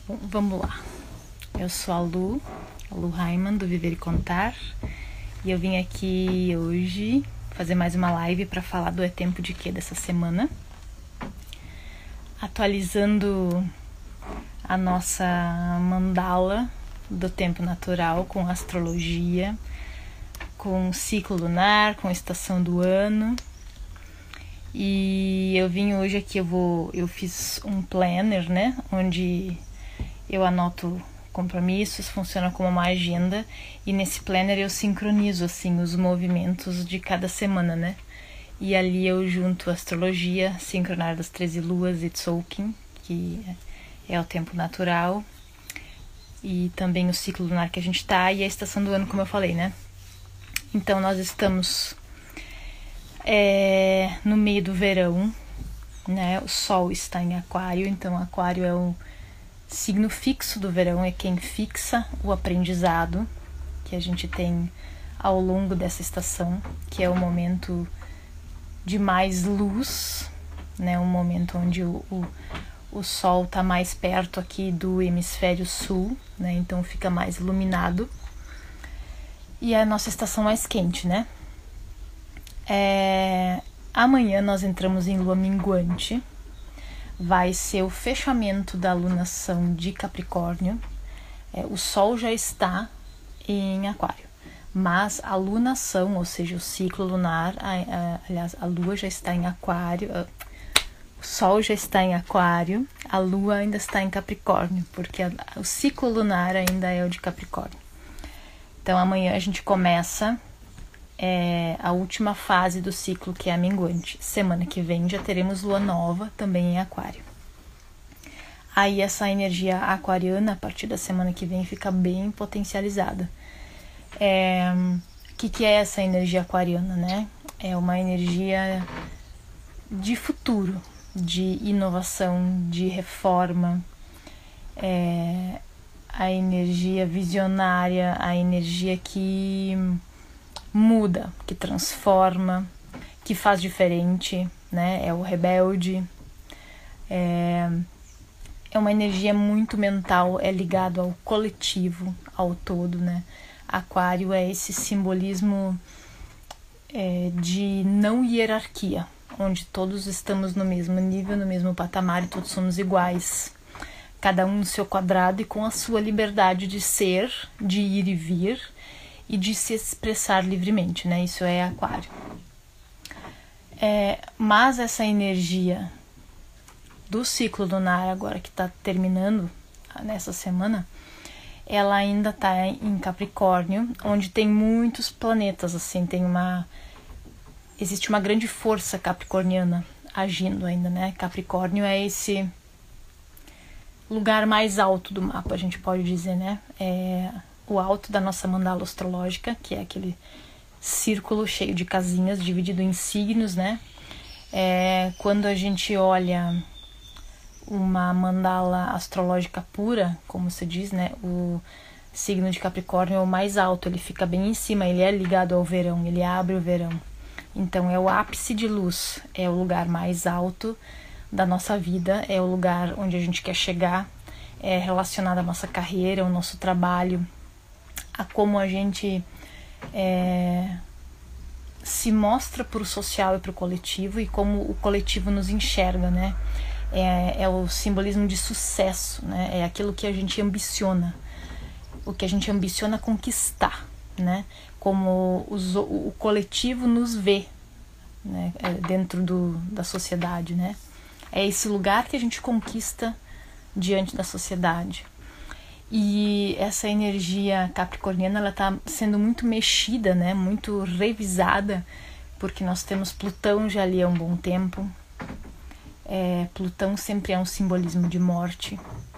Bom, vamos lá. Eu sou a Lu Raiman, do Viver e Contar, e eu vim aqui hoje fazer mais uma live para falar do É Tempo de Quê dessa semana, atualizando a nossa mandala do tempo natural com astrologia, com ciclo lunar, com estação do ano. E eu vim hoje aqui, eu fiz um planner, né, onde eu anoto compromissos, funciona como uma agenda, e nesse planner eu sincronizo assim os movimentos de cada semana, né? E ali eu junto astrologia, sincronar das 13 luas e Tzolk'in, que é o tempo natural, e também o ciclo lunar que a gente tá, e a estação do ano, como eu falei, né? Então nós estamos no meio do verão, né? O Sol está em Aquário, então Aquário é o signo fixo do verão, é quem fixa o aprendizado que a gente tem ao longo dessa estação, que é o momento de mais luz, né? Um momento onde o Sol está mais perto aqui do hemisfério sul, né? Então fica mais iluminado. E é a nossa estação mais quente, né? Amanhã nós entramos em lua minguante. Vai ser o fechamento da lunação de Capricórnio. O Sol já está em Aquário, mas a lunação, ou seja, o ciclo lunar, aliás, a Lua já está em Aquário, o Sol já está em Aquário, a Lua ainda está em Capricórnio, porque o ciclo lunar ainda é o de Capricórnio. Então amanhã a gente começa a última fase do ciclo, que é a minguante. Semana que vem já teremos lua nova também em Aquário. Aí essa energia aquariana, a partir da semana que vem, fica bem potencializada. O que é essa energia aquariana, né? É uma energia de futuro, de inovação, de reforma, a energia visionária, a energia que muda, que transforma, que faz diferente, né? É o rebelde, é uma energia muito mental, é ligado ao coletivo, ao todo, né? Aquário é esse simbolismo de não hierarquia, onde todos estamos no mesmo nível, no mesmo patamar e todos somos iguais, cada um no seu quadrado e com a sua liberdade de ser, de ir e vir, e de se expressar livremente, né? Isso é Aquário. Mas essa energia do ciclo lunar agora, que está terminando nessa semana, ela ainda está em Capricórnio, onde tem muitos planetas, assim, existe uma grande força capricorniana agindo ainda, né? Capricórnio é esse lugar mais alto do mapa, a gente pode dizer, né? O alto da nossa mandala astrológica, que é aquele círculo cheio de casinhas, dividido em signos, né? Quando a gente olha uma mandala astrológica pura, como se diz, né? O signo de Capricórnio é o mais alto, ele fica bem em cima, ele é ligado ao verão, ele abre o verão. Então é o ápice de luz, é o lugar mais alto da nossa vida, é o lugar onde a gente quer chegar, é relacionado à nossa carreira, ao nosso trabalho, a como a gente se mostra para o social e para o coletivo, e como o coletivo nos enxerga, né? É o simbolismo de sucesso, né? É aquilo que a gente ambiciona, o que a gente ambiciona conquistar, né? Como o coletivo nos vê, né? Dentro da sociedade, né? É esse lugar que a gente conquista diante da sociedade. E essa energia capricorniana, ela está sendo muito mexida, né? Muito revisada, porque nós temos Plutão já ali há um bom tempo. Plutão sempre é um simbolismo de morte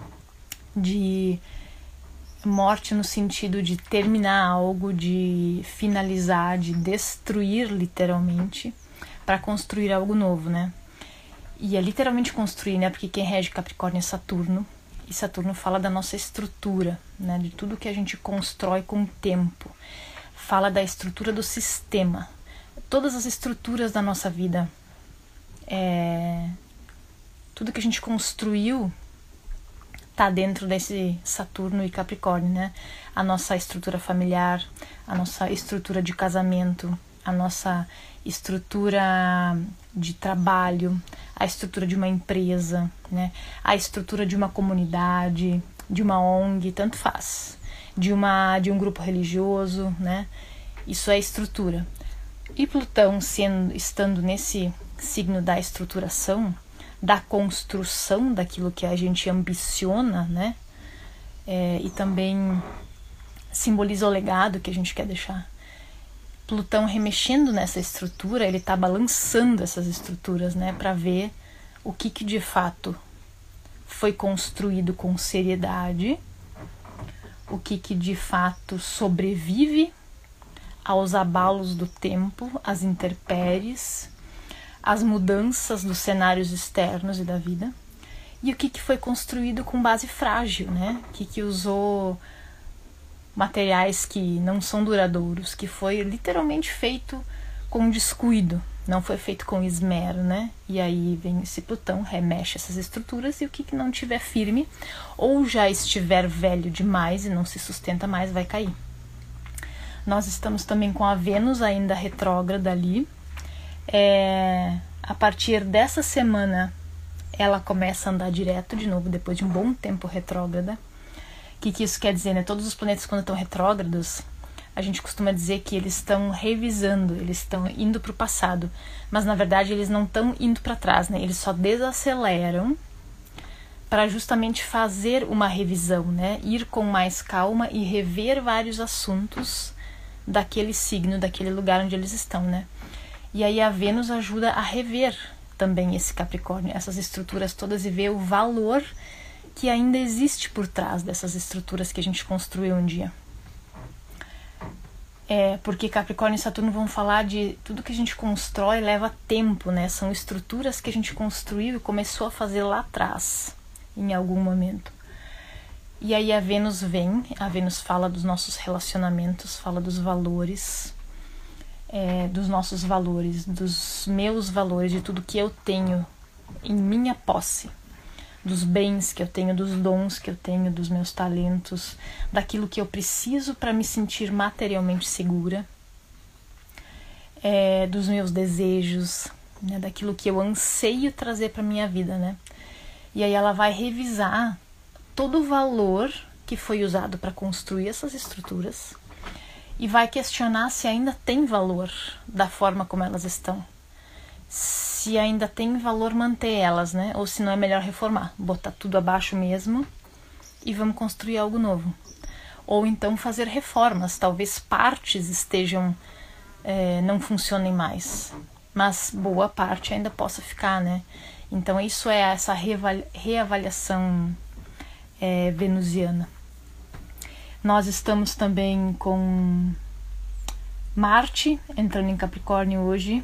no sentido de terminar algo, de finalizar, de destruir literalmente, para construir algo novo, né? E é literalmente construir, né? Porque quem rege Capricórnio é Saturno, e Saturno fala da nossa estrutura, né? De tudo que a gente constrói com o tempo. Fala da estrutura do sistema. Todas as estruturas da nossa vida, tudo que a gente construiu tá dentro desse Saturno e Capricórnio, né? A nossa estrutura familiar, a nossa estrutura de casamento, a nossa estrutura de trabalho, a estrutura de uma empresa, né? A estrutura de uma comunidade, de uma ONG, tanto faz. De um grupo religioso, né? Isso é estrutura. E Plutão estando nesse signo da estruturação, da construção daquilo que a gente ambiciona, né? E também simboliza o legado que a gente quer deixar. Plutão remexendo nessa estrutura, ele está balançando essas estruturas, né? Para ver o que de fato foi construído com seriedade, o que de fato sobrevive aos abalos do tempo, às intempéries, às mudanças dos cenários externos e da vida, e o que foi construído com base frágil, né? O que usou materiais que não são duradouros, que foi literalmente feito com descuido, não foi feito com esmero, né? E aí vem esse Plutão, remexe essas estruturas, e o que não tiver firme ou já estiver velho demais e não se sustenta mais, vai cair. Nós estamos também com a Vênus ainda retrógrada ali. A partir dessa semana ela começa a andar direto de novo, depois de um bom tempo retrógrada. O que isso quer dizer, né? Todos os planetas, quando estão retrógrados, a gente costuma dizer que eles estão revisando, eles estão indo para o passado, mas na verdade eles não estão indo para trás, né? Eles só desaceleram para justamente fazer uma revisão, né? Ir com mais calma e rever vários assuntos daquele signo, daquele lugar onde eles estão, né? E aí a Vênus ajuda a rever também esse Capricórnio, essas estruturas todas, e ver o valor que ainda existe por trás dessas estruturas que a gente construiu um dia. Porque Capricórnio e Saturno vão falar de tudo que a gente constrói leva tempo, né? São estruturas que a gente construiu e começou a fazer lá atrás, em algum momento. E aí a Vênus fala dos nossos relacionamentos, fala dos valores, dos nossos valores, dos meus valores, de tudo que eu tenho em minha posse, dos bens que eu tenho, dos dons que eu tenho, dos meus talentos, daquilo que eu preciso para me sentir materialmente segura, dos meus desejos, né, daquilo que eu anseio trazer para minha vida, né? E aí ela vai revisar todo o valor que foi usado para construir essas estruturas e vai questionar se ainda tem valor da forma como elas estão. Se ainda tem valor manter elas, né? Ou se não é melhor reformar, botar tudo abaixo mesmo e vamos construir algo novo. Ou então fazer reformas, talvez partes estejam, não funcionem mais, mas boa parte ainda possa ficar, né? Então isso é essa reavaliação venusiana. Nós estamos também com Marte entrando em Capricórnio hoje.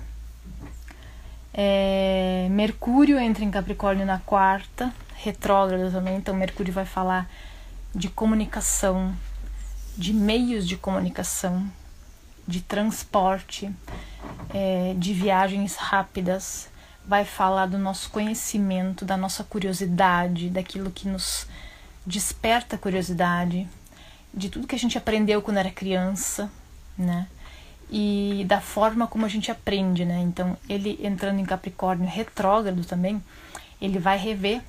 Mercúrio entra em Capricórnio na quarta, retrógrado também, então Mercúrio vai falar de comunicação, de meios de comunicação, de transporte, de viagens rápidas, vai falar do nosso conhecimento, da nossa curiosidade, daquilo que nos desperta curiosidade, de tudo que a gente aprendeu quando era criança, né? E da forma como a gente aprende, né? Então, ele entrando em Capricórnio retrógrado também, ele vai rever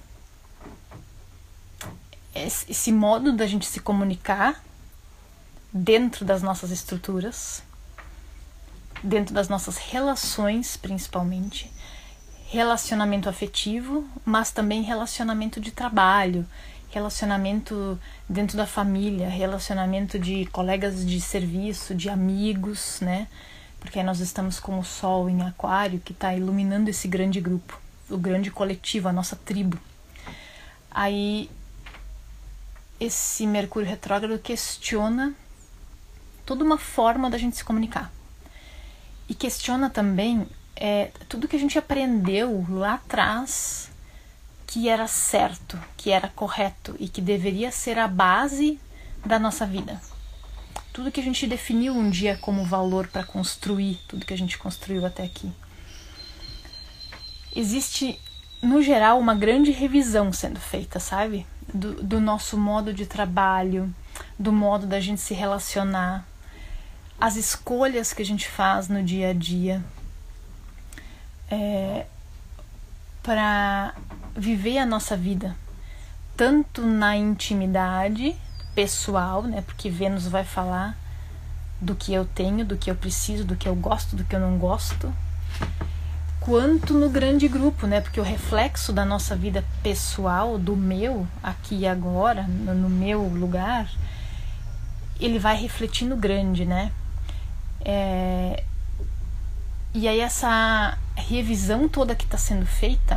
esse modo da gente se comunicar dentro das nossas estruturas, dentro das nossas relações, principalmente, relacionamento afetivo, mas também relacionamento de trabalho, relacionamento dentro da família, relacionamento de colegas de serviço, de amigos, né? Porque nós estamos com o Sol em Aquário, que está iluminando esse grande grupo, o grande coletivo, a nossa tribo. Aí, esse Mercúrio retrógrado questiona toda uma forma da gente se comunicar. E questiona também tudo que a gente aprendeu lá atrás, que era certo, que era correto e que deveria ser a base da nossa vida. Tudo que a gente definiu um dia como valor para construir, tudo que a gente construiu até aqui. Existe, no geral, uma grande revisão sendo feita, sabe? do nosso modo de trabalho, do modo da gente se relacionar, as escolhas que a gente faz no dia a dia, para viver a nossa vida, tanto na intimidade pessoal, né? Porque Vênus vai falar do que eu tenho, do que eu preciso, do que eu gosto, do que eu não gosto, quanto no grande grupo, né? Porque o reflexo da nossa vida pessoal, do meu, aqui e agora, no meu lugar, ele vai refletir no grande, né? E aí essa revisão toda que está sendo feita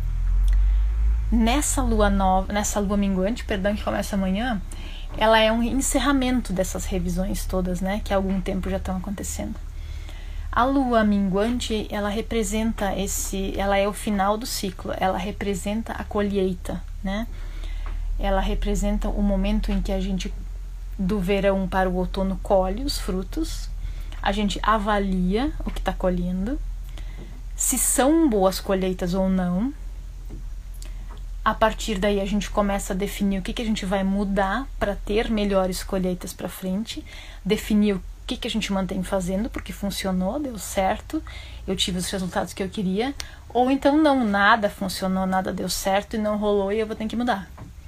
nessa lua minguante, que começa amanhã, ela é um encerramento dessas revisões todas, né? Que há algum tempo já estão acontecendo. A lua minguante, ela representa ela é o final do ciclo, ela representa a colheita, né? Ela representa o momento em que a gente, do verão para o outono, colhe os frutos, a gente avalia o que está colhendo, se são boas colheitas ou não. A partir daí a gente começa a definir o que a gente vai mudar para ter melhores colheitas para frente, definir o que a gente mantém fazendo porque funcionou, deu certo, eu tive os resultados que eu queria, ou então não, nada funcionou, nada deu certo e não rolou e eu vou ter que mudar.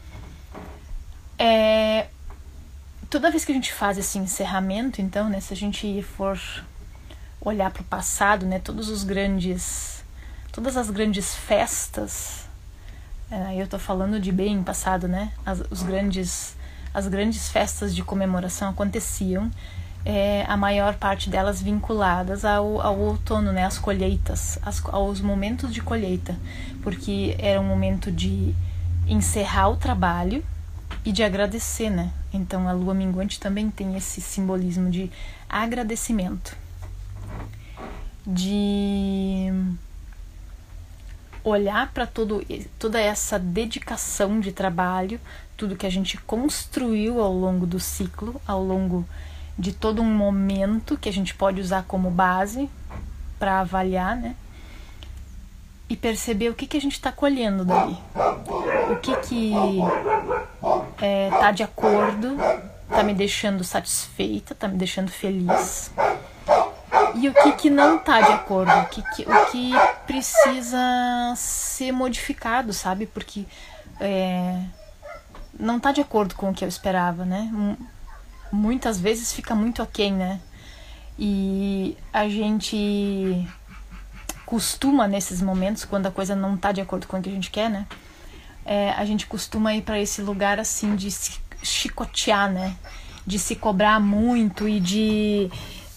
Toda vez que a gente faz esse encerramento, então, né, se a gente for olhar para o passado, né, todas as grandes festas, eu tô falando de bem passado, né, as grandes festas de comemoração aconteciam, a maior parte delas vinculadas ao outono, né, às colheitas, aos momentos de colheita, porque era um momento de encerrar o trabalho e de agradecer, né? Então a lua minguante também tem esse simbolismo de agradecimento, de olhar para toda essa dedicação de trabalho, tudo que a gente construiu ao longo do ciclo, ao longo de todo um momento que a gente pode usar como base para avaliar, né? E perceber o que a gente está colhendo dali, o que tá de acordo, tá me deixando satisfeita, tá me deixando feliz, e o que não tá de acordo, o que precisa ser modificado, sabe? Porque não tá de acordo com o que eu esperava, né? Muitas vezes fica muito aquém, né? E a gente costuma, nesses momentos, quando a coisa não tá de acordo com o que a gente quer, né? A gente costuma ir para esse lugar assim de se chicotear, né? De se cobrar muito e de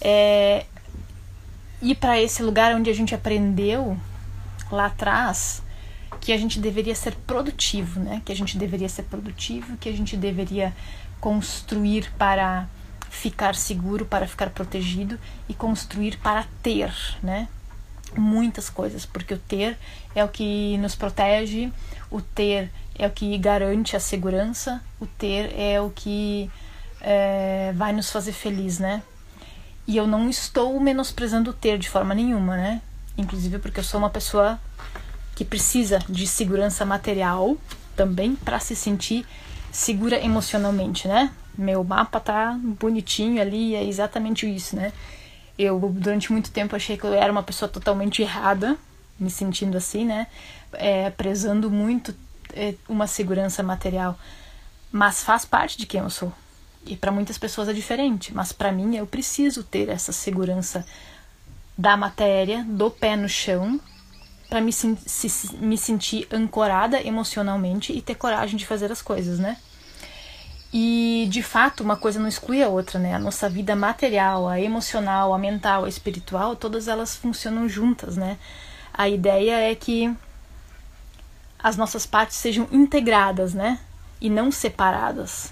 ir para esse lugar onde a gente aprendeu lá atrás que a gente deveria ser produtivo, né? Que a gente deveria ser produtivo, que a gente deveria construir para ficar seguro, para ficar protegido e construir para ter, né? Muitas coisas, porque o ter é o que nos protege, o ter é o que garante a segurança, o ter é o que vai nos fazer feliz, né? E eu não estou menosprezando o ter de forma nenhuma, né? Inclusive porque eu sou uma pessoa que precisa de segurança material também para se sentir segura emocionalmente, né? Meu mapa tá bonitinho ali, é exatamente isso, né? Eu, durante muito tempo, achei que eu era uma pessoa totalmente errada, me sentindo assim, né? Prezando muito uma segurança material. Mas faz parte de quem eu sou. E para muitas pessoas é diferente. Mas para mim, eu preciso ter essa segurança da matéria, do pé no chão, para me sentir ancorada emocionalmente e ter coragem de fazer as coisas, né? E, de fato, uma coisa não exclui a outra, né? A nossa vida material, a emocional, a mental, a espiritual, todas elas funcionam juntas, né? A ideia é que as nossas partes sejam integradas, né? E não separadas.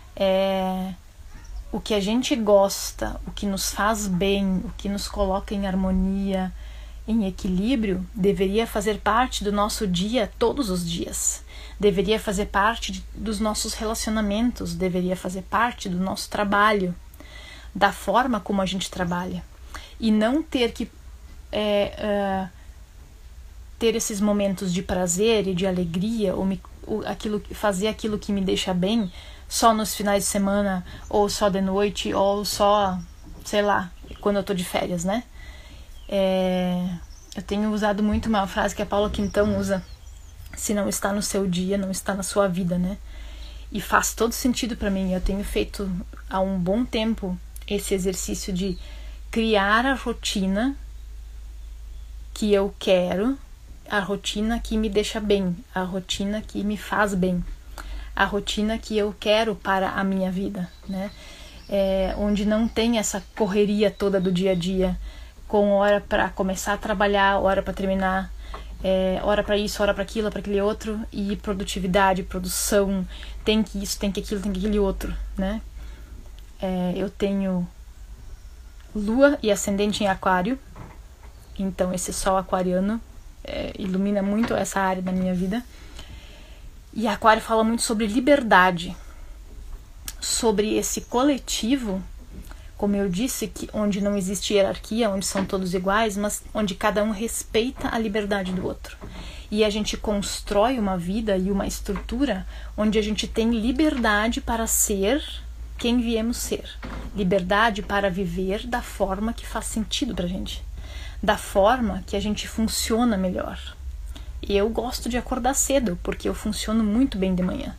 O que a gente gosta, o que nos faz bem, o que nos coloca em harmonia, em equilíbrio, deveria fazer parte do nosso dia todos os dias. Deveria fazer parte dos nossos relacionamentos, deveria fazer parte do nosso trabalho, da forma como a gente trabalha. E não ter que ter esses momentos de prazer e de alegria, fazer aquilo que me deixa bem só nos finais de semana, ou só de noite, ou só, sei lá, quando eu tô de férias, né? Eu tenho usado muito uma frase que a Paula Quintão usa: se não está no seu dia, não está na sua vida, né? E faz todo sentido para mim. Eu tenho feito há um bom tempo esse exercício de criar a rotina que eu quero, a rotina que me deixa bem, a rotina que me faz bem, a rotina que eu quero para a minha vida, né? Onde não tem essa correria toda do dia a dia, com hora para começar a trabalhar, hora para terminar, hora para isso, hora para aquilo, para aquele outro, e produtividade, produção, tem que isso, tem que aquilo, tem que aquele outro, né? Eu tenho lua e ascendente em aquário, então esse sol aquariano ilumina muito essa área da minha vida. E aquário fala muito sobre liberdade, sobre esse coletivo, como eu disse, onde não existe hierarquia, onde são todos iguais, mas onde cada um respeita a liberdade do outro. E a gente constrói uma vida e uma estrutura onde a gente tem liberdade para ser quem viemos ser. Liberdade para viver da forma que faz sentido pra gente, da forma que a gente funciona melhor. Eu gosto de acordar cedo, porque eu funciono muito bem de manhã.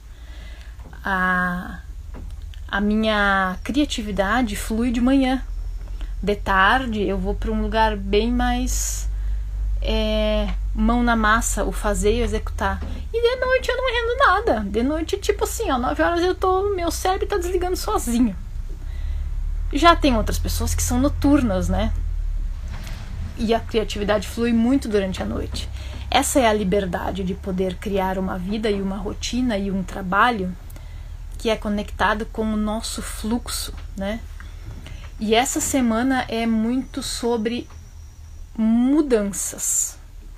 A minha criatividade flui de manhã. De tarde eu vou para um lugar bem mais mão na massa, o fazer e o executar. E de noite eu não rendo nada. De noite, tipo assim, 9 horas meu cérebro tá desligando sozinho. Já tem outras pessoas que são noturnas, né? E a criatividade flui muito durante a noite. Essa é a liberdade de poder criar uma vida e uma rotina e um trabalho que é conectado com o nosso fluxo, né? E essa semana é muito sobre mudanças.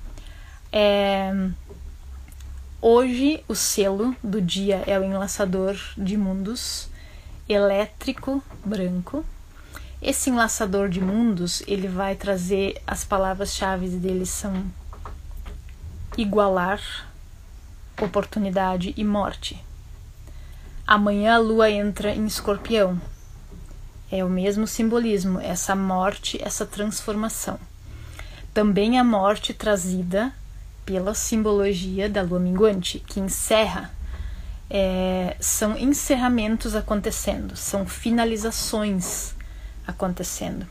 Hoje o selo do dia é o enlaçador de mundos elétrico branco. Esse enlaçador de mundos, ele vai trazer, as palavras-chave dele são igualar, oportunidade e morte. Amanhã a lua entra em Escorpião. É o mesmo simbolismo, essa morte, essa transformação. Também a morte trazida pela simbologia da lua minguante, que encerra. São encerramentos acontecendo, são finalizações acontecendo.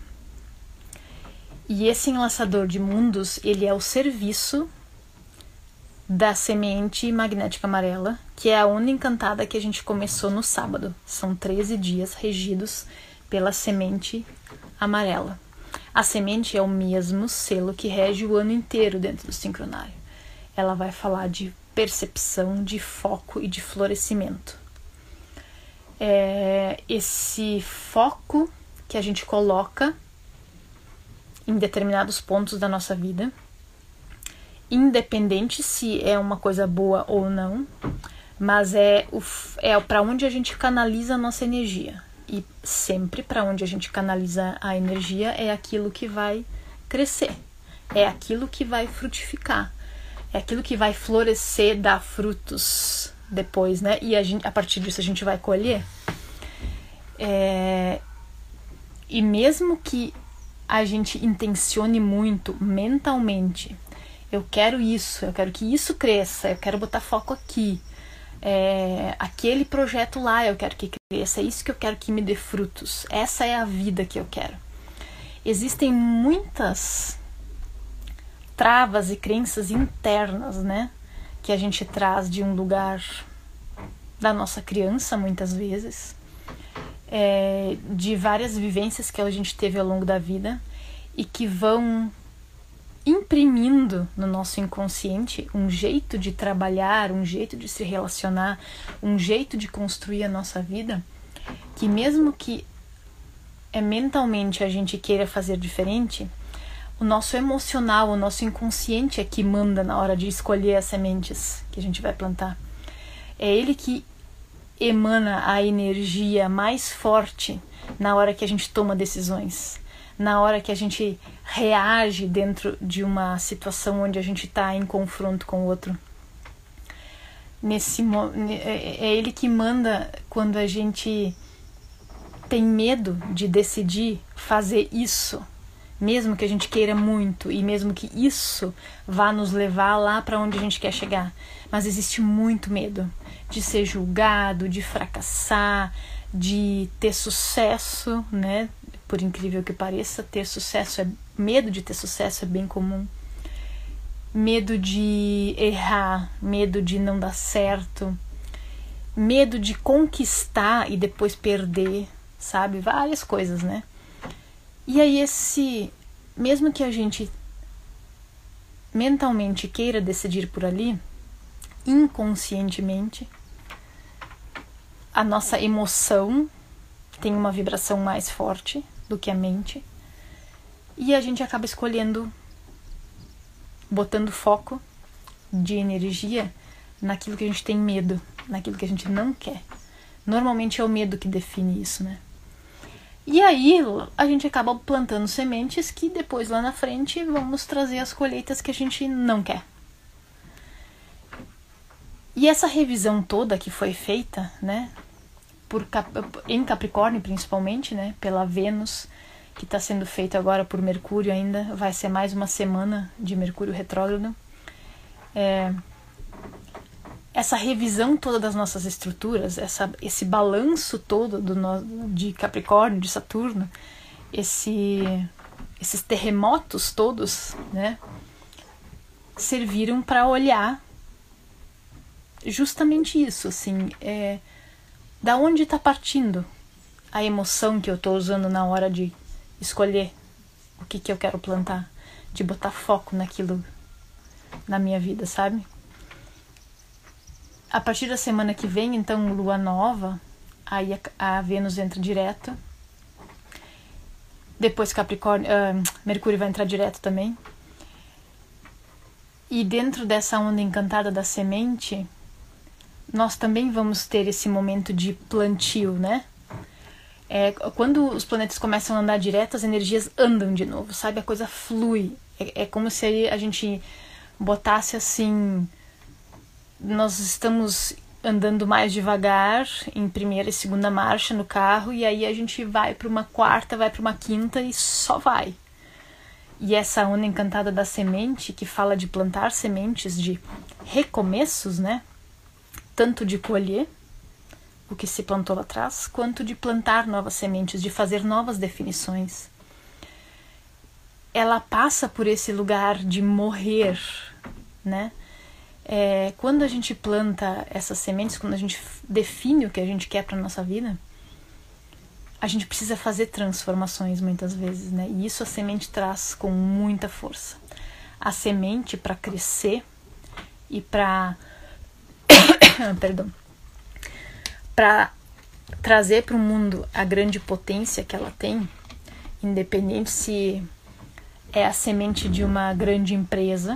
E esse enlaçador de mundos, ele é o serviço da semente magnética amarela, que é a onda encantada que a gente começou no sábado. São 13 dias regidos pela semente amarela. A semente é o mesmo selo que rege o ano inteiro dentro do sincronário. Ela vai falar de percepção, de foco e de florescimento. Esse foco que a gente coloca em determinados pontos da nossa vida, independente se é uma coisa boa ou não, mas é para onde a gente canaliza a nossa energia. E sempre para onde a gente canaliza a energia é aquilo que vai crescer, é aquilo que vai frutificar, é aquilo que vai florescer, dar frutos depois, né? E a partir disso a gente vai colher. E mesmo que a gente intencione muito mentalmente, eu quero isso, eu quero que isso cresça, eu quero botar foco aqui, aquele projeto lá eu quero que cresça, é isso que eu quero que me dê frutos, essa é a vida que eu quero. Existem muitas travas e crenças internas, né, que a gente traz de um lugar da nossa criança, muitas vezes, de várias vivências que a gente teve ao longo da vida e que vão imprimindo no nosso inconsciente um jeito de trabalhar, um jeito de se relacionar, um jeito de construir a nossa vida, que mesmo que mentalmente a gente queira fazer diferente, o nosso emocional, o nosso inconsciente é que manda na hora de escolher as sementes que a gente vai plantar. É ele que emana a energia mais forte na hora que a gente toma decisões, na hora que a gente reage dentro de uma situação onde a gente está em confronto com o outro. É ele que manda quando a gente tem medo de decidir fazer isso, mesmo que a gente queira muito e mesmo que isso vá nos levar lá para onde a gente quer chegar. Mas existe muito medo de ser julgado, de fracassar, de ter sucesso, né? Por incrível que pareça, medo de ter sucesso é bem comum. Medo de errar, medo de não dar certo, medo de conquistar e depois perder, sabe? Várias coisas, né? E aí mesmo que a gente mentalmente queira decidir por ali, inconscientemente, a nossa emoção tem uma vibração mais forte do que a mente, e a gente acaba escolhendo, botando foco de energia naquilo que a gente tem medo, naquilo que a gente não quer. Normalmente é o medo que define isso, né? E aí a gente acaba plantando sementes que depois lá na frente vão nos trazer as colheitas que a gente não quer. E essa revisão toda que foi feita, né, em Capricórnio principalmente, né, pela Vênus, que está sendo feita agora por Mercúrio ainda, vai ser mais uma semana de Mercúrio retrógrado. Essa revisão toda das nossas estruturas, esse balanço todo de Capricórnio, de Saturno, esses terremotos todos, né, serviram para olhar justamente isso, assim, da onde está partindo a emoção que eu estou usando na hora de escolher o que eu quero plantar, de botar foco naquilo na minha vida, sabe? A partir da semana que vem, então, lua nova, aí a Vênus entra direto. Depois Mercúrio vai entrar direto também. E dentro dessa onda encantada da semente, nós também vamos ter esse momento de plantio, né? Quando os planetas começam a andar direto, as energias andam de novo, sabe? A coisa flui. É como se a gente botasse assim... Nós estamos andando mais devagar em primeira e segunda marcha no carro, e aí a gente vai para uma quarta, vai para uma quinta e só vai. E essa onda encantada da semente, que fala de plantar sementes, de recomeços, né? Tanto de colher o que se plantou lá atrás, quanto de plantar novas sementes, de fazer novas definições. Ela passa por esse lugar de morrer, né? Quando a gente planta essas sementes, quando a gente define o que a gente quer para nossa vida, a gente precisa fazer transformações muitas vezes, né? E isso a semente traz com muita força. A semente, para crescer e para para trazer para o mundo a grande potência que ela tem, independente se é a semente de uma grande empresa,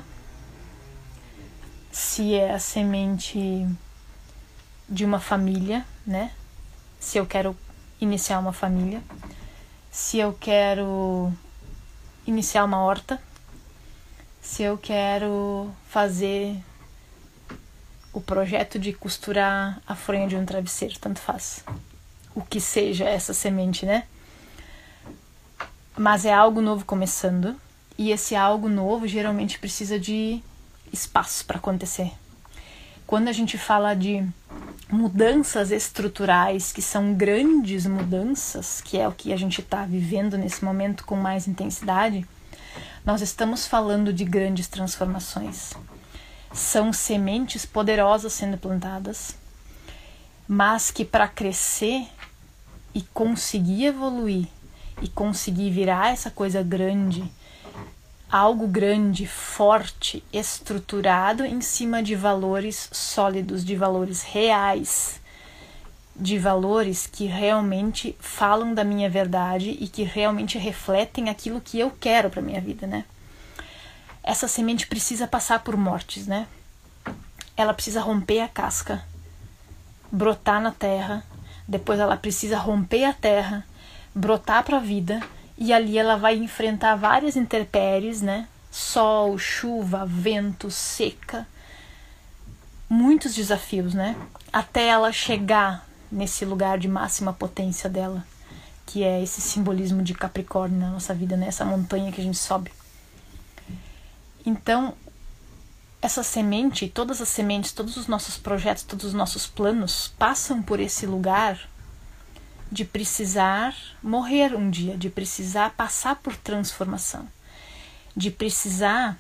se é a semente de uma família, né? Se eu quero iniciar uma família, se eu quero iniciar uma horta, se eu quero fazer o projeto de costurar a fronha de um travesseiro, tanto faz. O que seja essa semente, né? Mas é algo novo começando, e esse algo novo geralmente precisa de espaço para acontecer. Quando a gente fala de mudanças estruturais, que são grandes mudanças, que é o que a gente está vivendo nesse momento com mais intensidade, nós estamos falando de grandes transformações. São sementes poderosas sendo plantadas, mas que para crescer e conseguir evoluir e conseguir virar essa coisa grande, algo grande, forte, estruturado em cima de valores sólidos, de valores reais, de valores que realmente falam da minha verdade e que realmente refletem aquilo que eu quero para minha vida, né? Essa semente precisa passar por mortes, né? Ela precisa romper a casca, brotar na terra, depois ela precisa romper a terra, brotar para a vida, e ali ela vai enfrentar várias intempéries, né? Sol, chuva, vento, seca. muitos desafios, né? Até ela chegar nesse lugar de máxima potência dela, que é esse simbolismo de Capricórnio na nossa vida, né? Essa montanha que a gente sobe. Então, essa semente, todas as sementes, todos os nossos projetos, todos os nossos planos passam por esse lugar de precisar morrer um dia, de precisar passar por transformação, de precisar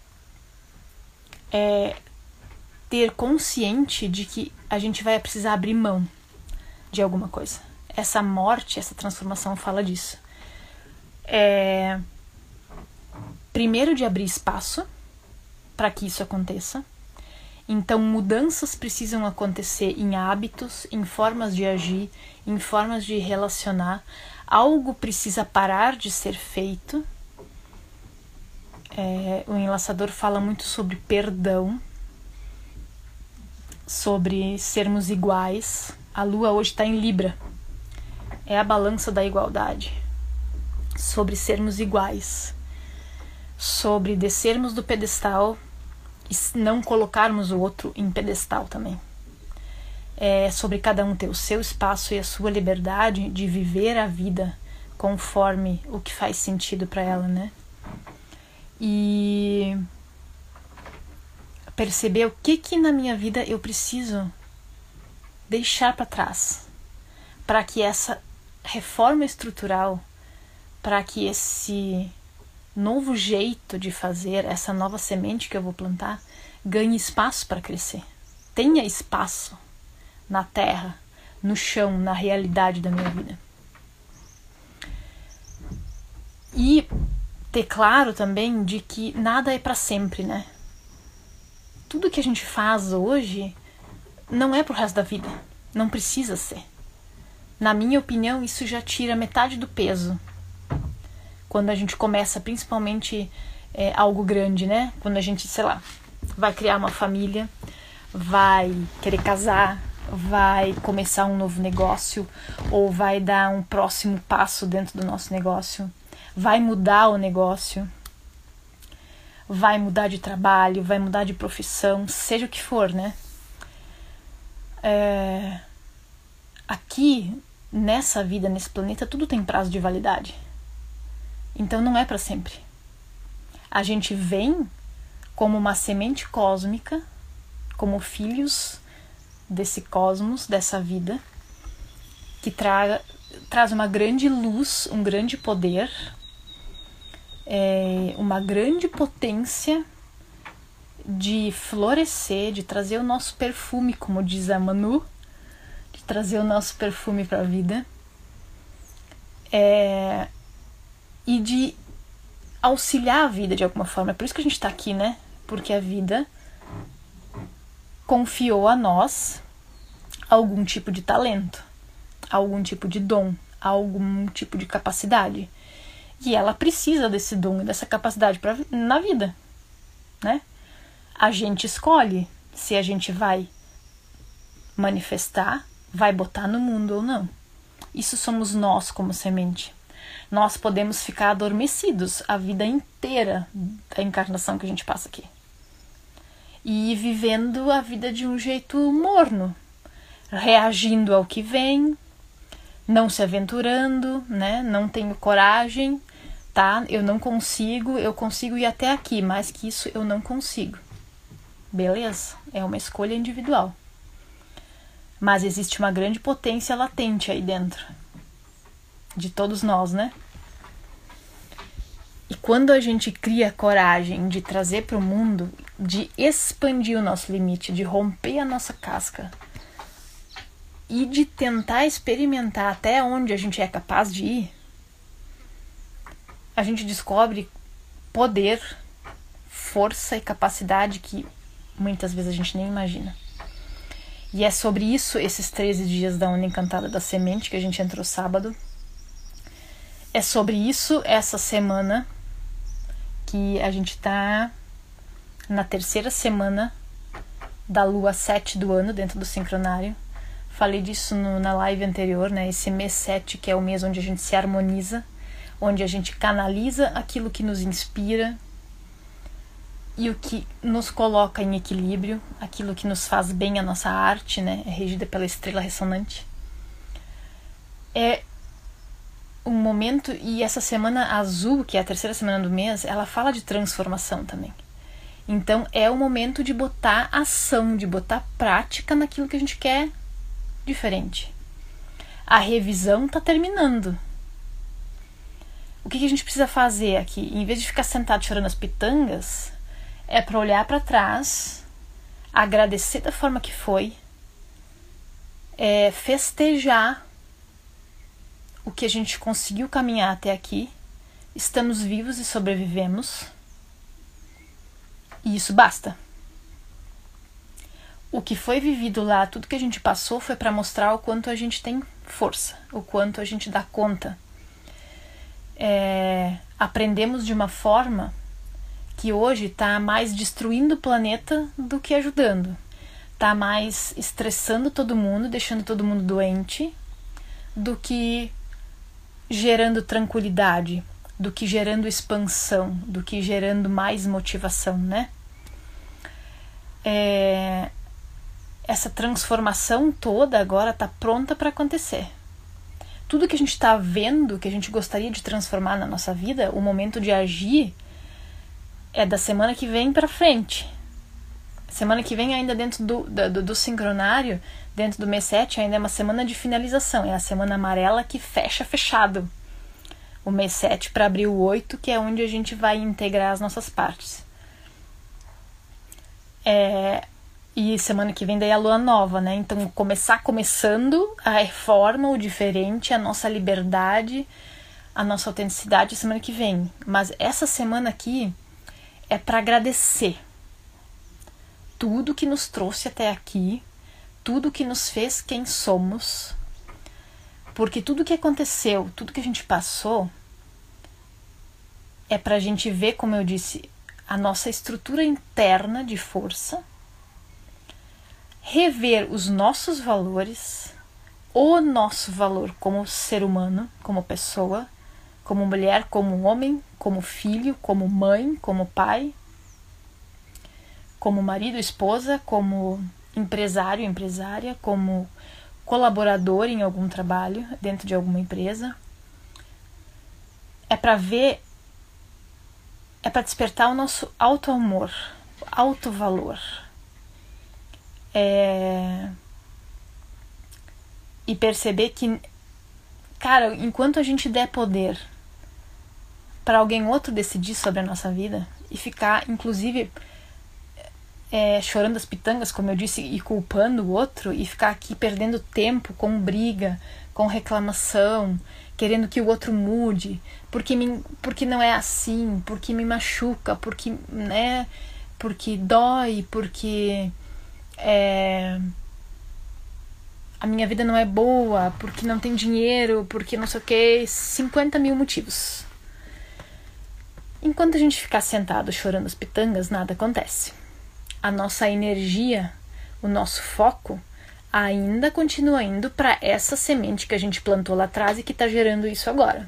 ter consciente de que a gente vai precisar abrir mão de alguma coisa. Essa morte, essa transformação fala disso. Primeiro, de abrir espaço para que isso aconteça. Então, mudanças precisam acontecer em hábitos, em formas de agir, em formas de relacionar. Algo precisa parar de ser feito. O Enlaçador fala muito sobre perdão, sobre sermos iguais. A Lua hoje está em Libra. É a balança da igualdade. Sobre sermos iguais. Sobre descermos do pedestal e não colocarmos o outro em pedestal também. Sobre cada um ter o seu espaço e a sua liberdade de viver a vida conforme o que faz sentido para ela, né? E perceber o que na minha vida eu preciso deixar para trás, para que essa reforma estrutural, para que esse novo jeito de fazer, essa nova semente que eu vou plantar, ganhe espaço para crescer. Tenha espaço na terra, no chão, na realidade da minha vida. E ter claro também de que nada é para sempre, né? Tudo que a gente faz hoje não é pro resto da vida. Não precisa ser. Na minha opinião, isso já tira metade do peso. Quando a gente começa, principalmente, algo grande, né? Quando a gente, sei lá, vai criar uma família, vai querer casar, vai começar um novo negócio, ou vai dar um próximo passo dentro do nosso negócio, vai mudar o negócio, vai mudar de trabalho, vai mudar de profissão, seja o que for, né? Aqui, nessa vida, nesse planeta, tudo tem prazo de validade. Então não é para sempre. A gente vem como uma semente cósmica, como filhos desse cosmos, dessa vida, que traz uma grande luz, um grande poder, uma grande potência de florescer, de trazer o nosso perfume, como diz a Manu, de trazer o nosso perfume para a vida. E de auxiliar a vida de alguma forma. É por isso que a gente está aqui, né? Porque a vida confiou a nós algum tipo de talento, algum tipo de dom, algum tipo de capacidade. E ela precisa desse dom e dessa capacidade na vida, né? A gente escolhe se a gente vai manifestar, vai botar no mundo ou não. Isso somos nós como semente. Nós podemos ficar adormecidos a vida inteira da encarnação que a gente passa aqui. E vivendo a vida de um jeito morno, reagindo ao que vem, não se aventurando, né? Não tenho coragem, tá? Eu não consigo, eu consigo ir até aqui, mais que isso eu não consigo. Beleza? É uma escolha individual. Mas existe uma grande potência latente aí dentro. De todos nós, né? E quando a gente cria coragem de trazer para o mundo, de expandir o nosso limite, de romper a nossa casca e de tentar experimentar até onde a gente é capaz de ir, a gente descobre poder, força e capacidade que muitas vezes a gente nem imagina. E é sobre isso esses 13 dias da Onda Encantada da Semente que a gente entrou sábado. É sobre isso essa semana que a gente tá na terceira semana da lua 7 do ano dentro do sincronário. Falei disso na live anterior, né? Esse mês 7, que é o mês onde a gente se harmoniza, onde a gente canaliza aquilo que nos inspira, e o que nos coloca em equilíbrio, aquilo que nos faz bem. A nossa arte, né, é regida pela estrela ressonante. É um momento, e essa semana azul, que é a terceira semana do mês, ela fala de transformação também. Então é o momento de botar ação, de botar prática naquilo que a gente quer diferente. A revisão tá terminando. O que a gente precisa fazer aqui? Em vez de ficar sentado chorando as pitangas, é para olhar para trás, agradecer da forma que foi, festejar o que a gente conseguiu caminhar até aqui. Estamos vivos e sobrevivemos. E isso basta. O que foi vivido lá, tudo que a gente passou, foi para mostrar o quanto a gente tem força, o quanto a gente dá conta. Aprendemos de uma forma que hoje está mais destruindo o planeta do que ajudando. Está mais estressando todo mundo, deixando todo mundo doente, do que gerando tranquilidade, do que gerando expansão, do que gerando mais motivação, né? Essa transformação toda agora está pronta para acontecer. Tudo que a gente está vendo, que a gente gostaria de transformar na nossa vida, o momento de agir é da semana que vem para frente. Semana que vem, ainda dentro do sincronário, dentro do mês 7, ainda é uma semana de finalização. É a semana amarela que fecha fechado o mês 7 para abrir o 8, que é onde a gente vai integrar as nossas partes. E semana que vem daí a lua nova, né? Então começando a reforma, o diferente, a nossa liberdade, a nossa autenticidade semana que vem. Mas essa semana aqui é para agradecer tudo que nos trouxe até aqui, tudo que nos fez quem somos, porque tudo que aconteceu, tudo que a gente passou, é pra gente ver, como eu disse, a nossa estrutura interna de força, rever os nossos valores, o nosso valor como ser humano, como pessoa, como mulher, como homem, como filho, como mãe, como pai, como marido, esposa, como empresário, empresária, como colaborador em algum trabalho, dentro de alguma empresa. É para ver, é para despertar o nosso auto-amor, auto-valor. E perceber que, cara, enquanto a gente der poder para alguém outro decidir sobre a nossa vida e ficar, inclusive, chorando as pitangas, como eu disse, e culpando o outro, e ficar aqui perdendo tempo com briga, com reclamação, querendo que o outro mude, porque não é assim, porque me machuca, porque dói, porque a minha vida não é boa, porque não tem dinheiro, porque não sei o que, 50 mil motivos. Enquanto a gente ficar sentado chorando as pitangas, nada acontece. A nossa energia, o nosso foco, ainda continua indo para essa semente que a gente plantou lá atrás e que está gerando isso agora.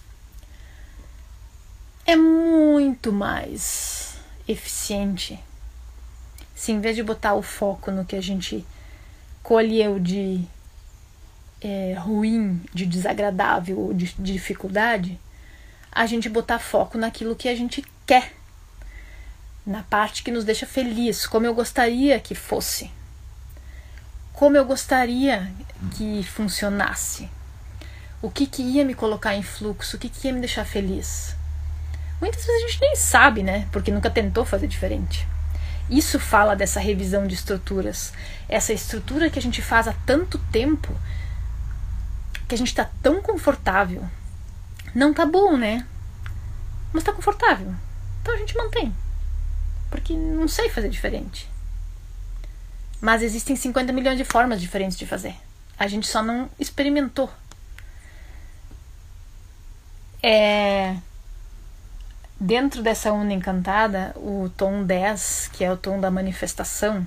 É muito mais eficiente se, em vez de botar o foco no que a gente colheu de ruim, de desagradável ou de dificuldade, a gente botar foco naquilo que a gente quer, na parte que nos deixa feliz, como eu gostaria que fosse, como eu gostaria que funcionasse, o que ia me colocar em fluxo, o que ia me deixar feliz. Muitas vezes a gente nem sabe, né? Porque nunca tentou fazer diferente. Isso fala dessa revisão de estruturas, essa estrutura que a gente faz há tanto tempo, que a gente tá tão confortável. Não tá bom, né? Mas tá confortável. Então a gente mantém. Porque não sei fazer diferente. Mas existem 50 milhões de formas diferentes de fazer. A gente só não experimentou. Dentro dessa onda encantada, o tom 10, que é o tom da manifestação,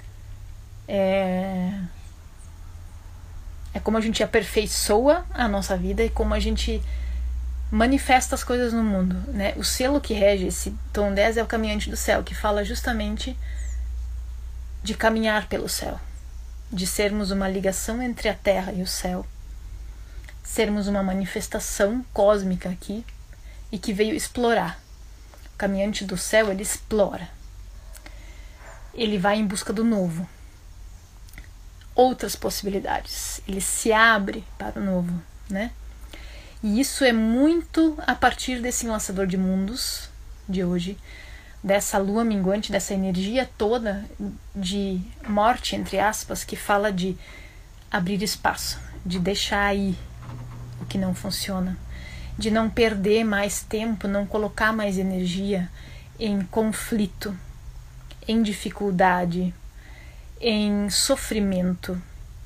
é como a gente aperfeiçoa a nossa vida e como a gente manifesta as coisas no mundo, né? O selo que rege esse tom 10 é o caminhante do céu, que fala justamente de caminhar pelo céu, de sermos uma ligação entre a terra e o céu, sermos uma manifestação cósmica aqui e que veio explorar. O caminhante do céu, ele explora, ele vai em busca do novo, outras possibilidades, ele se abre para o novo, né? E isso é muito a partir desse enlaçador de mundos de hoje, dessa lua minguante, dessa energia toda de morte, entre aspas, que fala de abrir espaço, de deixar ir o que não funciona, de não perder mais tempo, não colocar mais energia em conflito, em dificuldade, em sofrimento.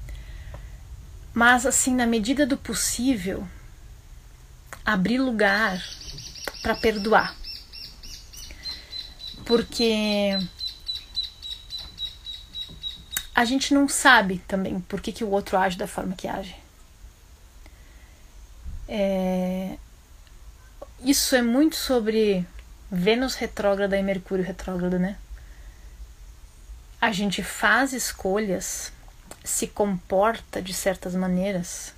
Mas assim, na medida do possível, abrir lugar para perdoar. Porque a gente não sabe também por que o outro age da forma que age. Isso é muito sobre Vênus retrógrada e Mercúrio retrógrado, né? A gente faz escolhas, se comporta de certas maneiras,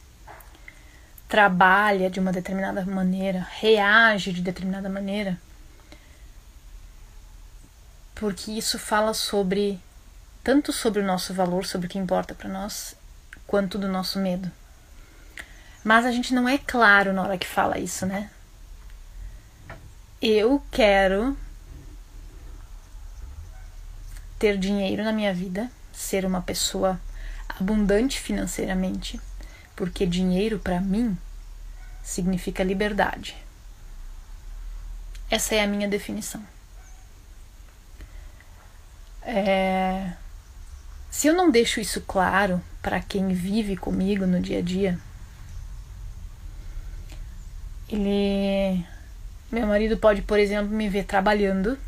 trabalha de uma determinada maneira, reage de determinada maneira, porque isso fala sobre, tanto sobre o nosso valor, sobre o que importa para nós, quanto do nosso medo. Mas a gente não é claro na hora que fala isso, né? Eu quero ter dinheiro na minha vida, ser uma pessoa abundante financeiramente, porque dinheiro para mim significa liberdade. Essa é a minha definição. Se eu não deixo isso claro para quem vive comigo no dia a dia, meu marido pode, por exemplo, me ver trabalhando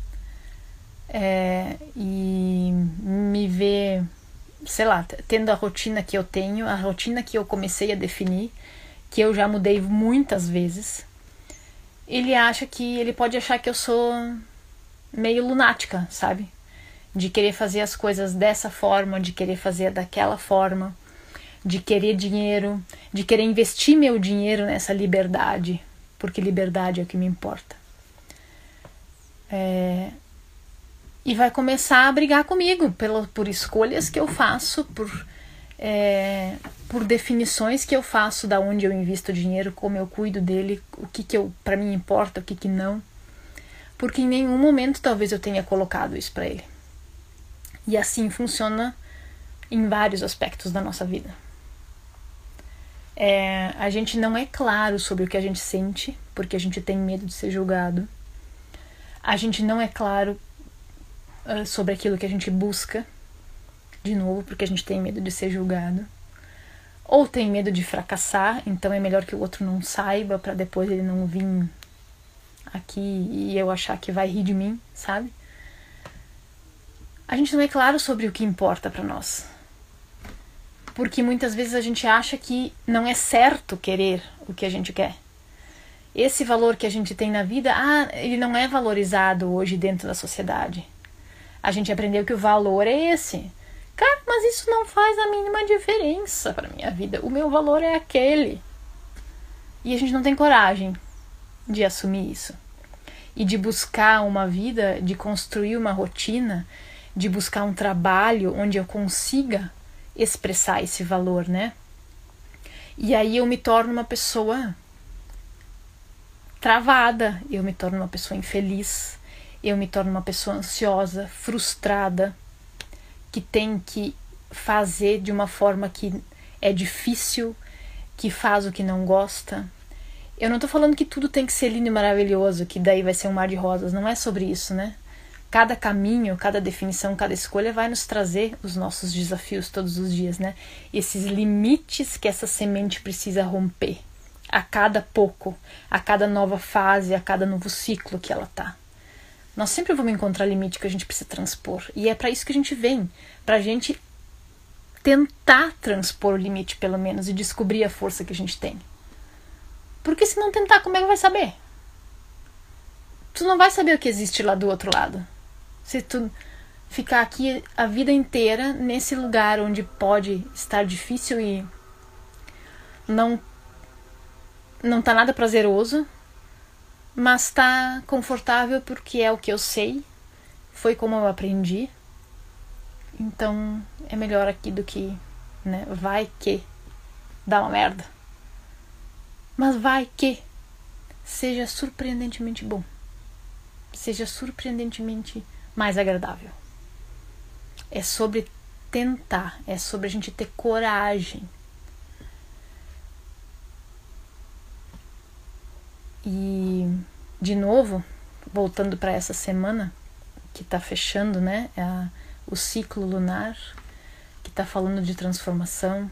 e me ver, sei lá, tendo a rotina que eu tenho, a rotina que eu comecei a definir, que eu já mudei muitas vezes. Ele pode achar que eu sou meio lunática, sabe? De querer fazer as coisas dessa forma, de querer fazer daquela forma, de querer dinheiro, de querer investir meu dinheiro nessa liberdade, porque liberdade é o que me importa. E vai começar a brigar comigo por escolhas que eu faço, por definições que eu faço, da onde eu invisto o dinheiro, como eu cuido dele, o que para mim importa, o que não. Porque em nenhum momento talvez eu tenha colocado isso para ele. E assim funciona em vários aspectos da nossa vida. A gente não é claro sobre o que a gente sente, porque a gente tem medo de ser julgado. A gente não é claro sobre aquilo que a gente busca, de novo, porque a gente tem medo de ser julgado. Ou tem medo de fracassar, então é melhor que o outro não saiba, para depois ele não vir aqui e eu achar que vai rir de mim, sabe? A gente não é claro sobre o que importa para nós. Porque muitas vezes a gente acha que não é certo querer o que a gente quer. Esse valor que a gente tem na vida, ele não é valorizado hoje dentro da sociedade. A gente aprendeu que o valor é esse. Cara, mas isso não faz a mínima diferença para minha vida. O meu valor é aquele. E a gente não tem coragem de assumir isso. E de buscar uma vida, de construir uma rotina, de buscar um trabalho onde eu consiga expressar esse valor, né? E aí eu me torno uma pessoa travada, eu me torno uma pessoa infeliz, eu me torno uma pessoa ansiosa, frustrada, que tem que fazer de uma forma que é difícil, que faz o que não gosta. Eu não tô falando que tudo tem que ser lindo e maravilhoso, que daí vai ser um mar de rosas, não é sobre isso, né? Cada caminho, cada definição, cada escolha vai nos trazer os nossos desafios todos os dias, né? Esses limites que essa semente precisa romper a cada pouco, a cada nova fase, a cada novo ciclo que ela tá. Nós sempre vamos encontrar limite que a gente precisa transpor. E é para isso que a gente vem, pra gente tentar transpor o limite, pelo menos, e descobrir a força que a gente tem. Porque se não tentar, como é que vai saber? Tu não vai saber o que existe lá do outro lado. Se tu ficar aqui a vida inteira nesse lugar onde pode estar difícil e não tá nada prazeroso, mas tá confortável porque é o que eu sei, foi como eu aprendi. Então é melhor aqui do que, né, vai que dá uma merda. Mas vai que seja surpreendentemente bom. Seja surpreendentemente mais agradável. É sobre tentar, é sobre a gente ter coragem. E, de novo, voltando para essa semana que tá fechando, né, o ciclo lunar, que tá falando de transformação.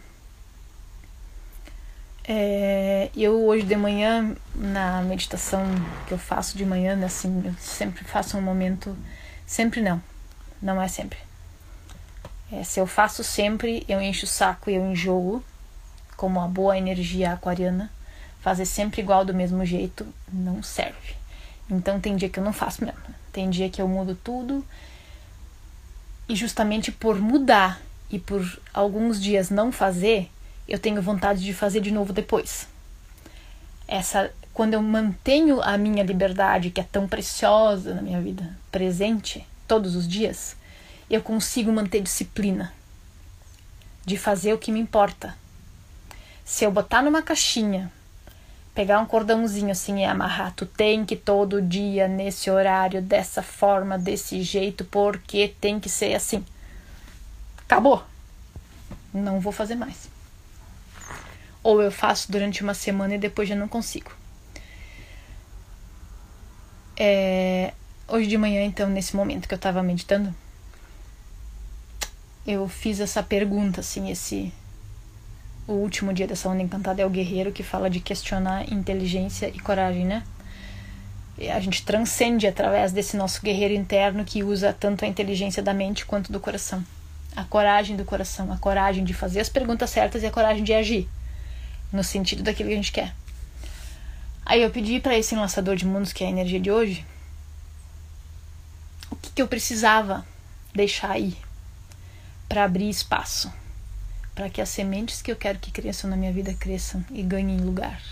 Eu hoje de manhã, na meditação que eu faço de manhã, assim, eu sempre faço um momento, sempre não é sempre. Se eu faço sempre, eu encho o saco e eu enjoo, como a boa energia aquariana. Fazer sempre igual do mesmo jeito não serve. Então tem dia que eu não faço mesmo. Tem dia que eu mudo tudo. E justamente por mudar e por alguns dias não fazer, eu tenho vontade de fazer de novo depois. Quando eu mantenho a minha liberdade, que é tão preciosa na minha vida, presente todos os dias, eu consigo manter disciplina de fazer o que me importa. Se eu botar numa caixinha, pegar um cordãozinho assim e amarrar, tu tem que todo dia, nesse horário, dessa forma, desse jeito, porque tem que ser assim. Acabou. Não vou fazer mais. Ou eu faço durante uma semana e depois já não consigo. Hoje de manhã, então, nesse momento que eu tava meditando, eu fiz essa pergunta, assim, o último dia dessa onda encantada é o guerreiro, que fala de questionar inteligência e coragem, né? E a gente transcende através desse nosso guerreiro interno que usa tanto a inteligência da mente quanto do coração. A coragem do coração, a coragem de fazer as perguntas certas e a coragem de agir no sentido daquilo que a gente quer. Aí eu pedi para esse enlaçador de mundos, que é a energia de hoje, o que eu precisava deixar aí para abrir espaço, para que as sementes que eu quero que cresçam na minha vida cresçam e ganhem lugar.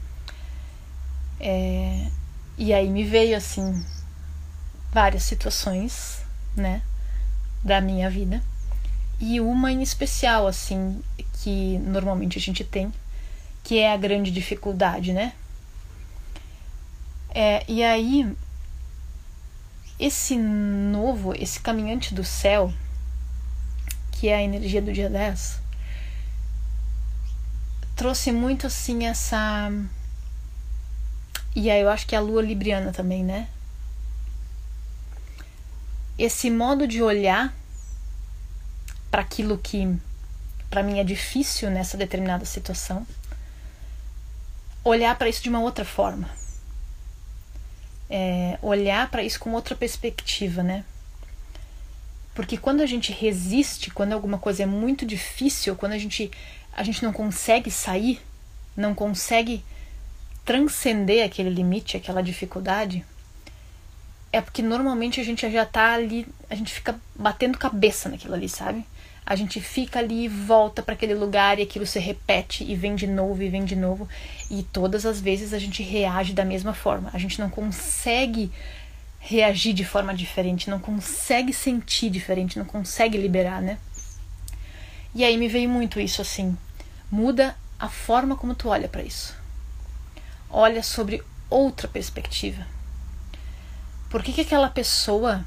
E aí me veio assim várias situações, né, da minha vida, e uma em especial, assim, que normalmente a gente tem, que é a grande dificuldade, né? E aí esse caminhante do céu, que é a energia do dia 10, trouxe muito assim essa... E aí eu acho que é a lua libriana também, né? Esse modo de olhar para aquilo que para mim é difícil nessa determinada situação, olhar para isso de uma outra forma, olhar para isso com outra perspectiva, né? Porque quando a gente resiste, quando alguma coisa é muito difícil, quando a gente não consegue sair, não consegue transcender aquele limite, aquela dificuldade, é porque normalmente a gente já tá ali, a gente fica batendo cabeça naquilo ali, sabe? A gente fica ali e volta para aquele lugar e aquilo se repete e vem de novo e vem de novo, e todas as vezes a gente reage da mesma forma. A gente não consegue reagir de forma diferente, não consegue sentir diferente, não consegue liberar, né? E aí me veio muito isso, assim, muda a forma como tu olha para isso. Olha sobre outra perspectiva. Por que aquela pessoa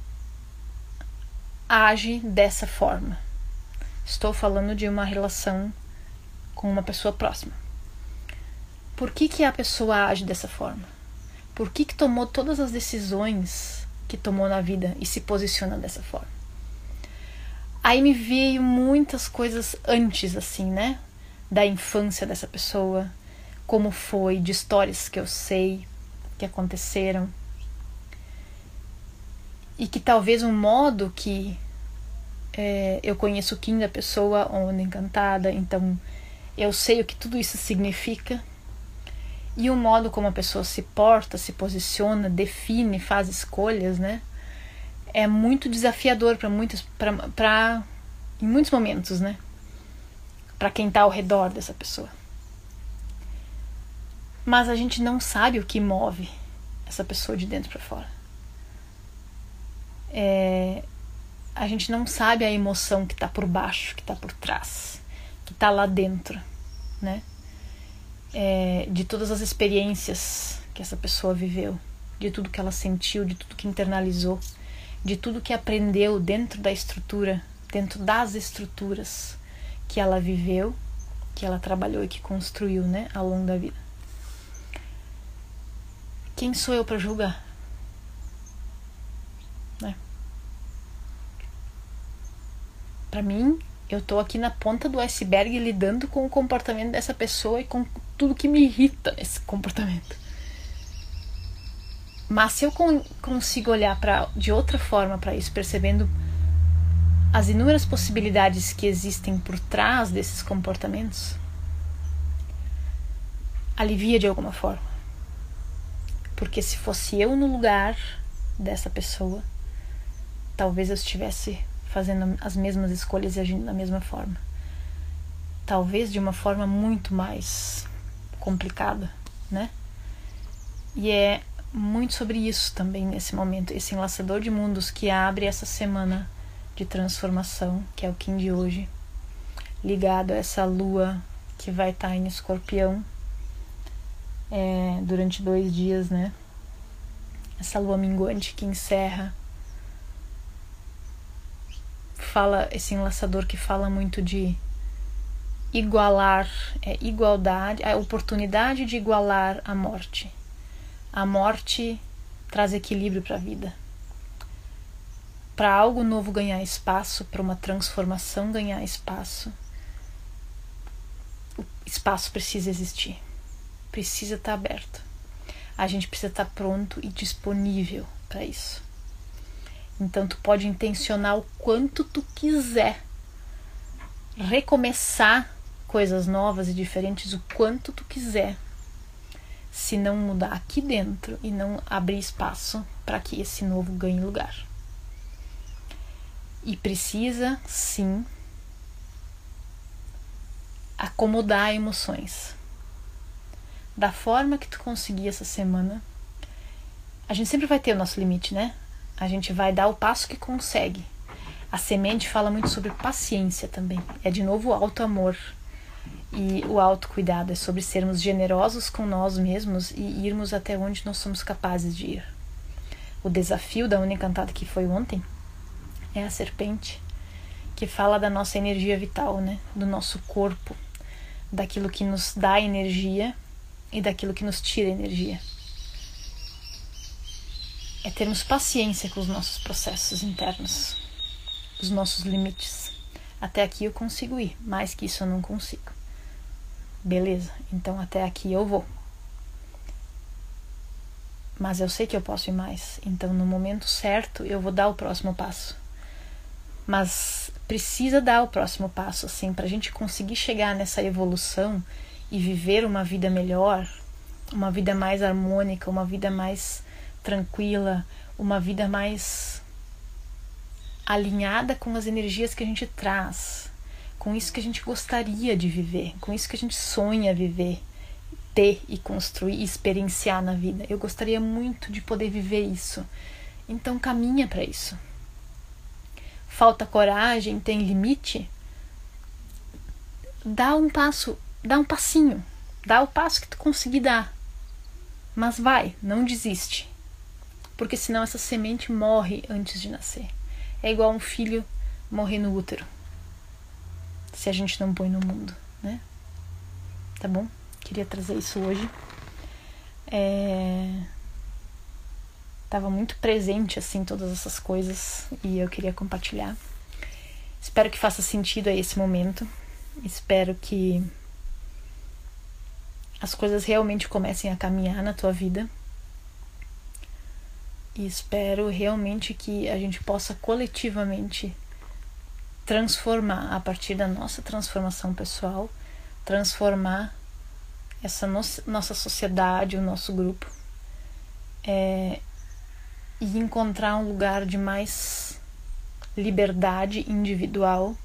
age dessa forma? Estou falando de uma relação com uma pessoa próxima. Por que a pessoa age dessa forma? Por que tomou todas as decisões que tomou na vida e se posiciona dessa forma? Aí me veio muitas coisas antes, assim, né? Da infância dessa pessoa, como foi, de histórias que eu sei que aconteceram. E que talvez um modo que eu conheço o Kim da pessoa, onda encantada, então eu sei o que tudo isso significa. E o modo como a pessoa se porta, se posiciona, define, faz escolhas, né? É muito desafiador em muitos momentos, né? Para quem tá ao redor dessa pessoa. Mas a gente não sabe o que move essa pessoa de dentro para fora. A gente não sabe a emoção que tá por baixo, que tá por trás, que tá lá dentro, né? De todas as experiências que essa pessoa viveu, de tudo que ela sentiu, de tudo que internalizou, de tudo que aprendeu dentro da estrutura, dentro das estruturas que ela viveu, que ela trabalhou e que construiu, né, ao longo da vida. Quem sou eu para julgar? Né? Para mim, eu tô aqui na ponta do iceberg lidando com o comportamento dessa pessoa e com tudo que me irrita nesse comportamento. Mas se eu consigo olhar de outra forma para isso, percebendo as inúmeras possibilidades que existem por trás desses comportamentos, alivia de alguma forma. Porque se fosse eu no lugar dessa pessoa, talvez eu estivesse fazendo as mesmas escolhas e agindo da mesma forma. Talvez de uma forma muito mais complicada, né? E é muito sobre isso também nesse momento, esse enlaçador de mundos que abre essa semana de transformação, que é o Kim de hoje, ligado a essa lua que vai estar em Escorpião durante 2 dias, né? Essa lua minguante que encerra, esse enlaçador que fala muito de igualar, igualdade, a oportunidade de igualar a morte. A morte traz equilíbrio para a vida. Para algo novo ganhar espaço, para uma transformação ganhar espaço, o espaço precisa existir, precisa estar aberto. A gente precisa estar pronto e disponível para isso. Então tu pode intencionar o quanto tu quiser, recomeçar coisas novas e diferentes o quanto tu quiser, se não mudar aqui dentro e não abrir espaço para que esse novo ganhe lugar. E precisa, sim, acomodar emoções. Da forma que tu conseguir essa semana, a gente sempre vai ter o nosso limite, né? A gente vai dar o passo que consegue. A semente fala muito sobre paciência também. É de novo o auto-amor e o autocuidado. É sobre sermos generosos com nós mesmos e irmos até onde nós somos capazes de ir. O desafio da Una Encantada que foi ontem é a serpente, que fala da nossa energia vital, né? Do nosso corpo, daquilo que nos dá energia e daquilo que nos tira energia. É termos paciência com os nossos processos internos, os nossos limites. Até aqui eu consigo ir, mais que isso eu não consigo. Beleza, então até aqui eu vou. Mas eu sei que eu posso ir mais, então no momento certo eu vou dar o próximo passo. Mas precisa dar o próximo passo, assim, pra gente conseguir chegar nessa evolução e viver uma vida melhor, uma vida mais harmônica, uma vida mais tranquila, uma vida mais alinhada com as energias que a gente traz, com isso que a gente gostaria de viver, com isso que a gente sonha viver, ter e construir e experienciar na vida. Eu gostaria muito de poder viver isso. Então caminha para isso. Falta coragem, tem limite? Dá um passo, dá um passinho, dá o passo que tu conseguir dar. Mas vai, não desiste. Porque senão essa semente morre antes de nascer. É igual um filho morrer no útero, se a gente não põe no mundo, né? Tá bom? Queria trazer isso hoje. Tava muito presente, assim, todas essas coisas e eu queria compartilhar. Espero que faça sentido a esse momento. Espero que as coisas realmente comecem a caminhar na tua vida. E espero realmente que a gente possa coletivamente transformar, a partir da nossa transformação pessoal, transformar essa nossa sociedade, o nosso grupo, e encontrar um lugar de mais liberdade individual,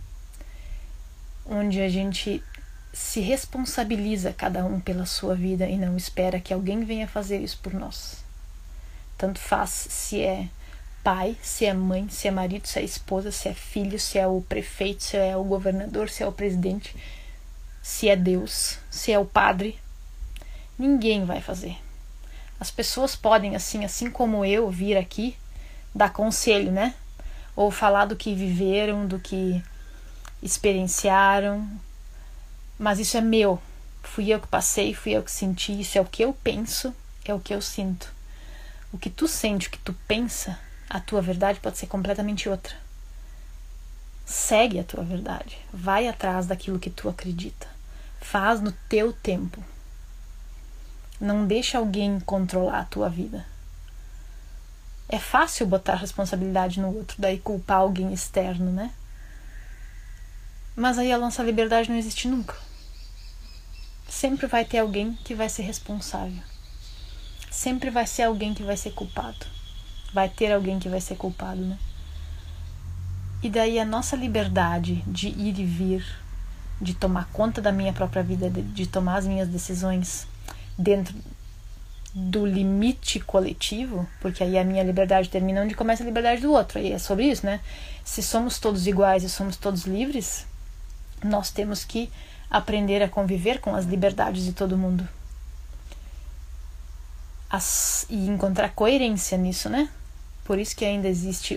onde a gente se responsabiliza cada um pela sua vida e não espera que alguém venha fazer isso por nós. Tanto faz se é pai, se é mãe, se é marido, se é esposa, se é filho, se é o prefeito, se é o governador, se é o presidente, se é Deus, se é o padre. Ninguém vai fazer. As pessoas podem, assim como eu, vir aqui dar conselho, né? Ou falar do que viveram, do que experienciaram. Mas isso é meu. Fui eu que passei, fui eu que senti. Isso é o que eu penso, é o que eu sinto. O que tu sente, o que tu pensa, a tua verdade pode ser completamente outra. Segue a tua verdade. Vai atrás daquilo que tu acredita. Faz no teu tempo. Não deixa alguém controlar a tua vida. É fácil botar responsabilidade no outro, daí culpar alguém externo, né? Mas aí a nossa liberdade não existe nunca. Sempre vai ter alguém que vai ser responsável. Sempre vai ser alguém que vai ser culpado. Vai ter alguém que vai ser culpado, né? E daí a nossa liberdade de ir e vir, de tomar conta da minha própria vida, de tomar as minhas decisões dentro do limite coletivo, porque aí a minha liberdade termina onde começa a liberdade do outro. Aí é sobre isso, né? Se somos todos iguais e somos todos livres, nós temos que aprender a conviver com as liberdades de todo mundo. E encontrar coerência nisso, né? Por isso que ainda existe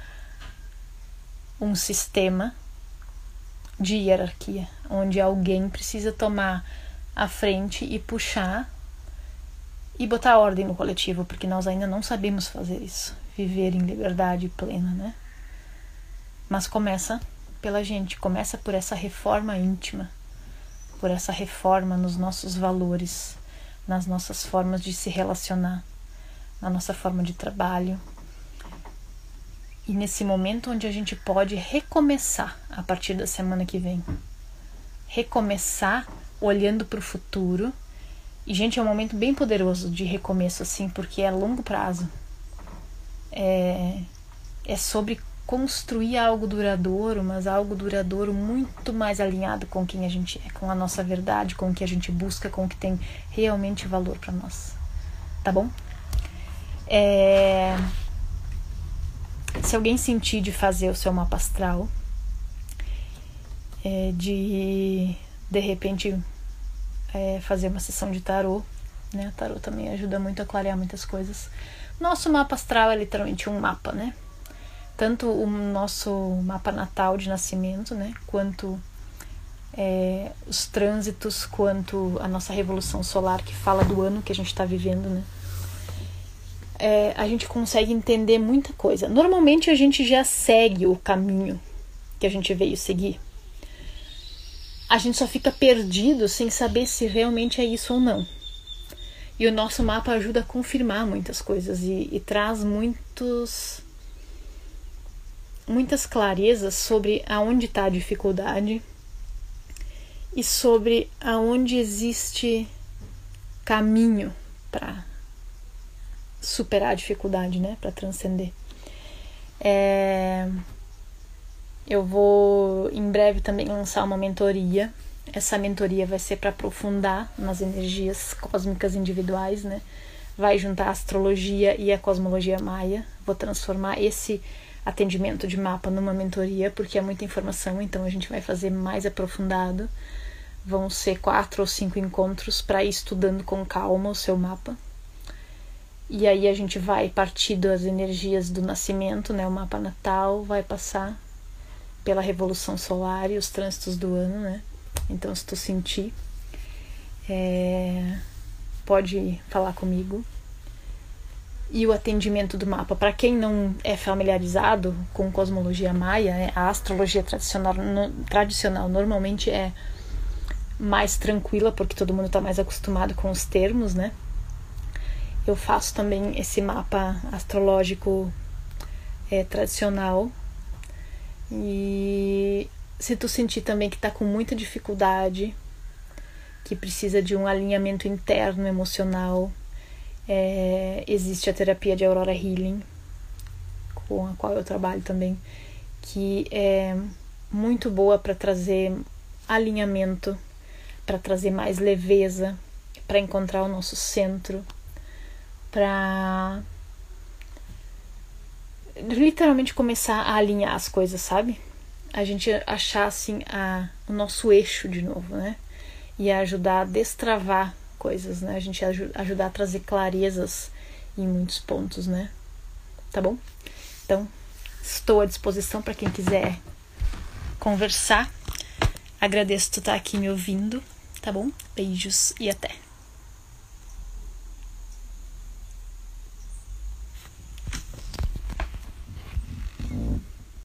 um sistema de hierarquia, onde alguém precisa tomar a frente e puxar e botar ordem no coletivo, porque nós ainda não sabemos fazer isso, viver em liberdade plena, né? Mas começa pela gente, começa por essa reforma íntima, por essa reforma nos nossos valores, nas nossas formas de se relacionar, na nossa forma de trabalho. E nesse momento onde a gente pode recomeçar a partir da semana que vem. Recomeçar olhando para o futuro. E, gente, é um momento bem poderoso de recomeço, assim, porque é a longo prazo. É sobre construir algo duradouro, mas algo duradouro muito mais alinhado com quem a gente é, com a nossa verdade, com o que a gente busca, com o que tem realmente valor para nós. Tá bom? Se alguém sentir de fazer o seu mapa astral, de repente fazer uma sessão de tarô, né? O tarô também ajuda muito a clarear muitas coisas. Nosso mapa astral é literalmente um mapa, né? Tanto o nosso mapa natal de nascimento, né? Quanto os trânsitos, quanto a nossa revolução solar, que fala do ano que a gente está vivendo, né? A gente consegue entender muita coisa. Normalmente a gente já segue o caminho que a gente veio seguir. A gente só fica perdido sem saber se realmente é isso ou não. E o nosso mapa ajuda a confirmar muitas coisas e traz muitas clarezas sobre aonde está a dificuldade e sobre aonde existe caminho para superar a dificuldade, né? Para transcender. Eu vou em breve também lançar uma mentoria. Essa mentoria vai ser para aprofundar nas energias cósmicas individuais, né? Vai juntar a astrologia e a cosmologia maia. Vou transformar esse atendimento de mapa numa mentoria, porque é muita informação, então a gente vai fazer mais aprofundado. Vão ser 4 ou 5 encontros para ir estudando com calma o seu mapa. E aí a gente vai partir das energias do nascimento, né? O mapa natal vai passar pela revolução solar e os trânsitos do ano, né? Então, se tu sentir, pode falar comigo. E o atendimento do mapa, para quem não é familiarizado com cosmologia maia, a astrologia tradicional normalmente é mais tranquila, porque todo mundo está mais acostumado com os termos, né? Eu faço também esse mapa astrológico tradicional. E se tu sentir também que tá com muita dificuldade, que precisa de um alinhamento interno, emocional. Existe a terapia de Aurora Healing, com a qual eu trabalho também, que é muito boa para trazer alinhamento, para trazer mais leveza, para encontrar o nosso centro, para literalmente começar a alinhar as coisas, sabe? A gente achar assim o nosso eixo de novo, né? E ajudar a destravar coisas, né? A gente ajudar a trazer clarezas em muitos pontos, né? Tá bom? Então, estou à disposição para quem quiser conversar. Agradeço tu estar aqui me ouvindo, tá bom? Beijos e até!